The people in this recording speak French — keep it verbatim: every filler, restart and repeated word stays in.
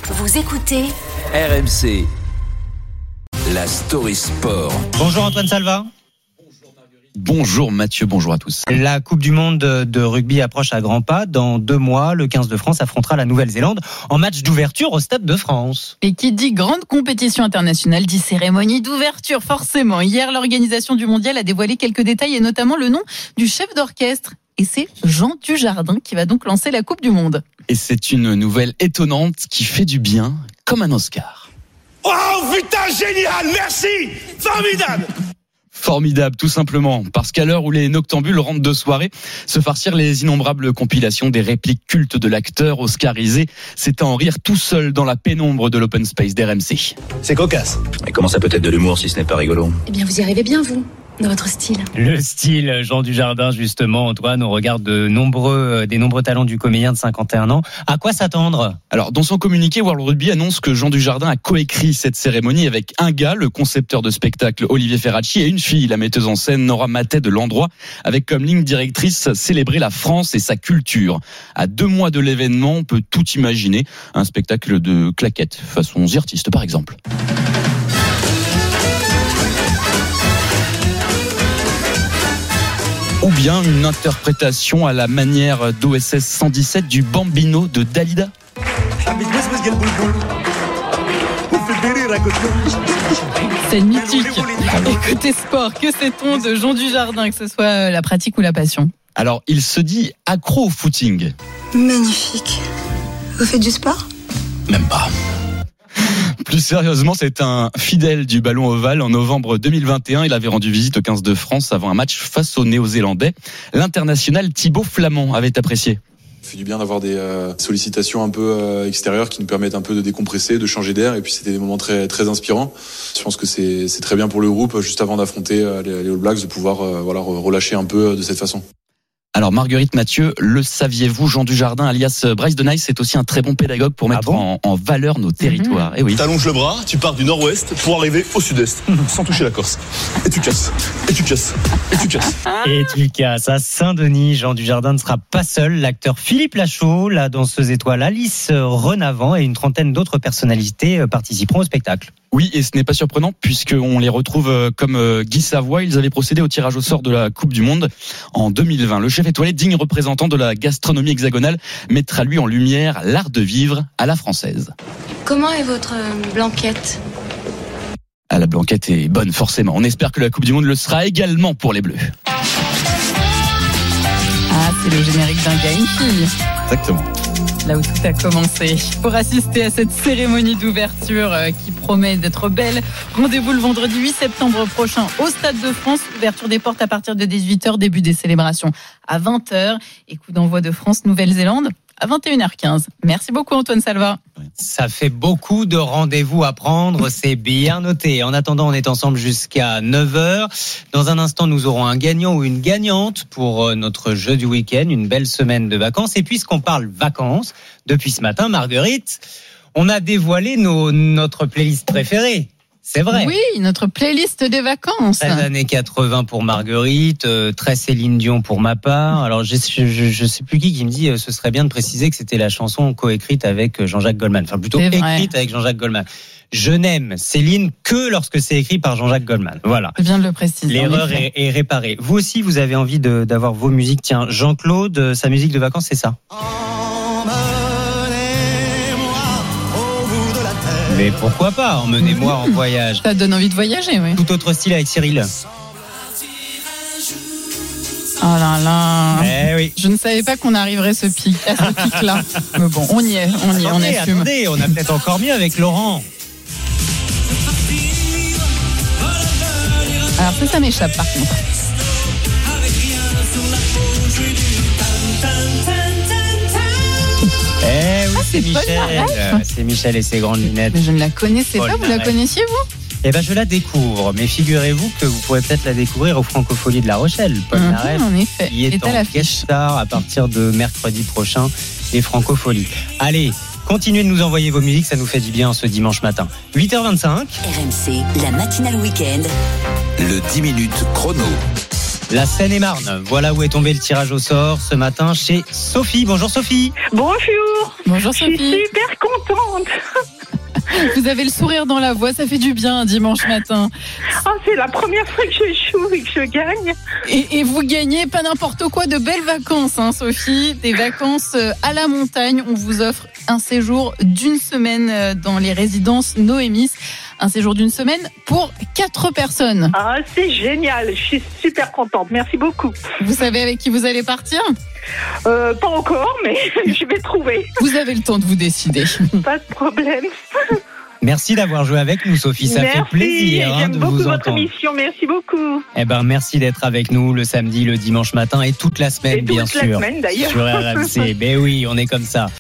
Vous écoutez R M C, la story sport. Bonjour Antoine Salva. Bonjour Mathieu, bonjour à tous. La Coupe du Monde de rugby approche à grands pas. Dans deux mois, le quinze de France affrontera la Nouvelle-Zélande en match d'ouverture au Stade de France. Et qui dit grande compétition internationale dit cérémonie d'ouverture, forcément. Hier, l'organisation du mondial a dévoilé quelques détails et notamment le nom du chef d'orchestre. Et c'est Jean Dujardin qui va donc lancer la Coupe du Monde. Et c'est une nouvelle étonnante qui fait du bien, comme un Oscar. Oh putain, génial, merci, formidable. Formidable, tout simplement, parce qu'à l'heure où les noctambules rentrent de soirée, se farcir les innombrables compilations des répliques cultes de l'acteur oscarisé, c'est à en rire tout seul dans la pénombre de l'open space d'R M C. C'est cocasse. Mais comment ça peut être de l'humour si ce n'est pas rigolo ? Eh bien, vous y arrivez bien, vous, dans votre style. Le style Jean Dujardin, justement, Antoine, on regarde de nombreux, des nombreux talents du comédien de cinquante et un ans. À quoi s'attendre ? Alors, dans son communiqué, World Rugby annonce que Jean Dujardin a coécrit cette cérémonie avec un gars, le concepteur de spectacle Olivier Ferracci, et une fille, la metteuse en scène Nora Matet de l'Endroit, avec comme ligne directrice célébrer la France et sa culture. À deux mois de l'événement, on peut tout imaginer. Un spectacle de claquettes, façon The Artist par exemple. Ou bien une interprétation à la manière d'O S S cent dix-sept du Bambino de Dalida. C'est mythique. Et côté sport, que sait-on de Jean Dujardin, que ce soit la pratique ou la passion ? Alors, il se dit accro au footing. Magnifique. Vous faites du sport ? Même pas. Plus sérieusement, c'est un fidèle du ballon ovale. En novembre deux mille vingt et un, il avait rendu visite au quinze de France avant un match face aux Néo-Zélandais. L'international Thibaut Flamand avait apprécié. Ça fait du bien d'avoir des euh, sollicitations un peu euh, extérieures qui nous permettent un peu de décompresser, de changer d'air. Et puis c'était des moments très très inspirants. Je pense que c'est c'est très bien pour le groupe, juste avant d'affronter euh, les, les All Blacks, de pouvoir euh, voilà relâcher un peu de cette façon. Alors Marguerite Mathieu, le saviez-vous, Jean Dujardin alias Bryce de Nice est aussi un très bon pédagogue pour mettre ah bon en, en valeur nos territoires. Mmh. Et oui. T'allonges le bras, tu pars du nord-ouest pour arriver au sud-est, mmh. sans toucher la Corse. Et tu casses, et tu casses, et tu casses. Et tu casses. À Saint-Denis, Jean Dujardin ne sera pas seul. L'acteur Philippe Lachaud, la danseuse étoile Alice Renavant et une trentaine d'autres personnalités participeront au spectacle. Oui, et ce n'est pas surprenant puisqu'on les retrouve comme Guy Savoy. Ils avaient procédé au tirage au sort de la Coupe du Monde en deux mille vingt. Le chef étoilé, digne représentant de la gastronomie hexagonale, mettra lui en lumière l'art de vivre à la française. Comment est votre blanquette ? Ah, la blanquette est bonne, forcément. On espère que la Coupe du Monde le sera également pour les Bleus. Ah, c'est le générique d'un gars et une fille. Exactement. Là où tout a commencé. Pour assister à cette cérémonie d'ouverture qui promet d'être belle, rendez-vous le vendredi huit septembre prochain au Stade de France. Ouverture des portes à partir de dix-huit heures, début des célébrations à vingt heures et coup d'envoi de France-Nouvelle-Zélande à vingt et une heures quinze. Merci beaucoup Antoine Salva. Ça fait beaucoup de rendez-vous à prendre, c'est bien noté. En attendant, on est ensemble jusqu'à neuf heures. Dans un instant, nous aurons un gagnant ou une gagnante pour notre jeu du week-end, une belle semaine de vacances. Et puisqu'on parle vacances, depuis ce matin, Marguerite, on a dévoilé nos, notre playlist préférée. C'est vrai. Oui, notre playlist des vacances. treize années quatre-vingts pour Marguerite, euh, très Céline Dion pour ma part. Alors, je, je, je sais plus qui qui me dit, euh, ce serait bien de préciser que c'était la chanson coécrite avec Jean-Jacques Goldman. Enfin, plutôt écrite avec Jean-Jacques Goldman. Je n'aime Céline que lorsque c'est écrit par Jean-Jacques Goldman. Voilà. C'est bien de le préciser. L'erreur est, est réparée. Vous aussi, vous avez envie de, d'avoir vos musiques. Tiens, Jean-Claude, sa musique de vacances, c'est ça. Mais pourquoi pas, emmenez-moi en voyage. Ça donne envie de voyager, oui. Tout autre style avec Cyril. Oh là là. Eh oui. Je ne savais pas qu'on arriverait ce pic, à ce pic-là. Mais bon, on y est, on y est, attendez, on assume. Attendez, on a peut-être encore mieux avec Laurent. Alors ça, ça m'échappe par contre. Eh oui, ah, c'est, c'est Michel. C'est Michel et ses grandes lunettes. Mais je ne la connaissais Paul pas, vous Naref. La connaissiez vous ? Eh ben, je la découvre, mais figurez-vous que vous pourrez peut-être la découvrir au Francofolie de La Rochelle. Paul mmh, Naref, en effet. qui est, est en guest star à partir de mercredi prochain et Francofolie. Allez, continuez de nous envoyer vos musiques, ça nous fait du bien ce dimanche matin. huit heures vingt-cinq. R M C, la matinale week-end. Le dix minutes chrono. La Seine-et-Marne, voilà où est tombé le tirage au sort ce matin chez Sophie. Bonjour Sophie. Bonjour. Bonjour Sophie. Je suis super contente. Vous avez le sourire dans la voix, ça fait du bien un dimanche matin. Oh, c'est la première fois que je joue et que je gagne. Et, et vous gagnez pas n'importe quoi, de belles vacances, hein, Sophie. Des vacances à la montagne. On vous offre un séjour d'une semaine dans les résidences Noémis. Un séjour d'une semaine pour quatre personnes. Ah, c'est génial. Je suis super contente. Merci beaucoup. Vous savez avec qui vous allez partir ? euh, Pas encore, mais je vais trouver. Vous avez le temps de vous décider. Pas de problème. Merci d'avoir joué avec nous, Sophie. Ça merci, fait plaisir hein, j'aime de beaucoup vous votre entendre. émission. Merci beaucoup. Eh ben, merci d'être avec nous le samedi, le dimanche matin et toute la semaine, et bien toute sûr. La semaine, d'ailleurs. Sur R M C. Ben oui, on est comme ça.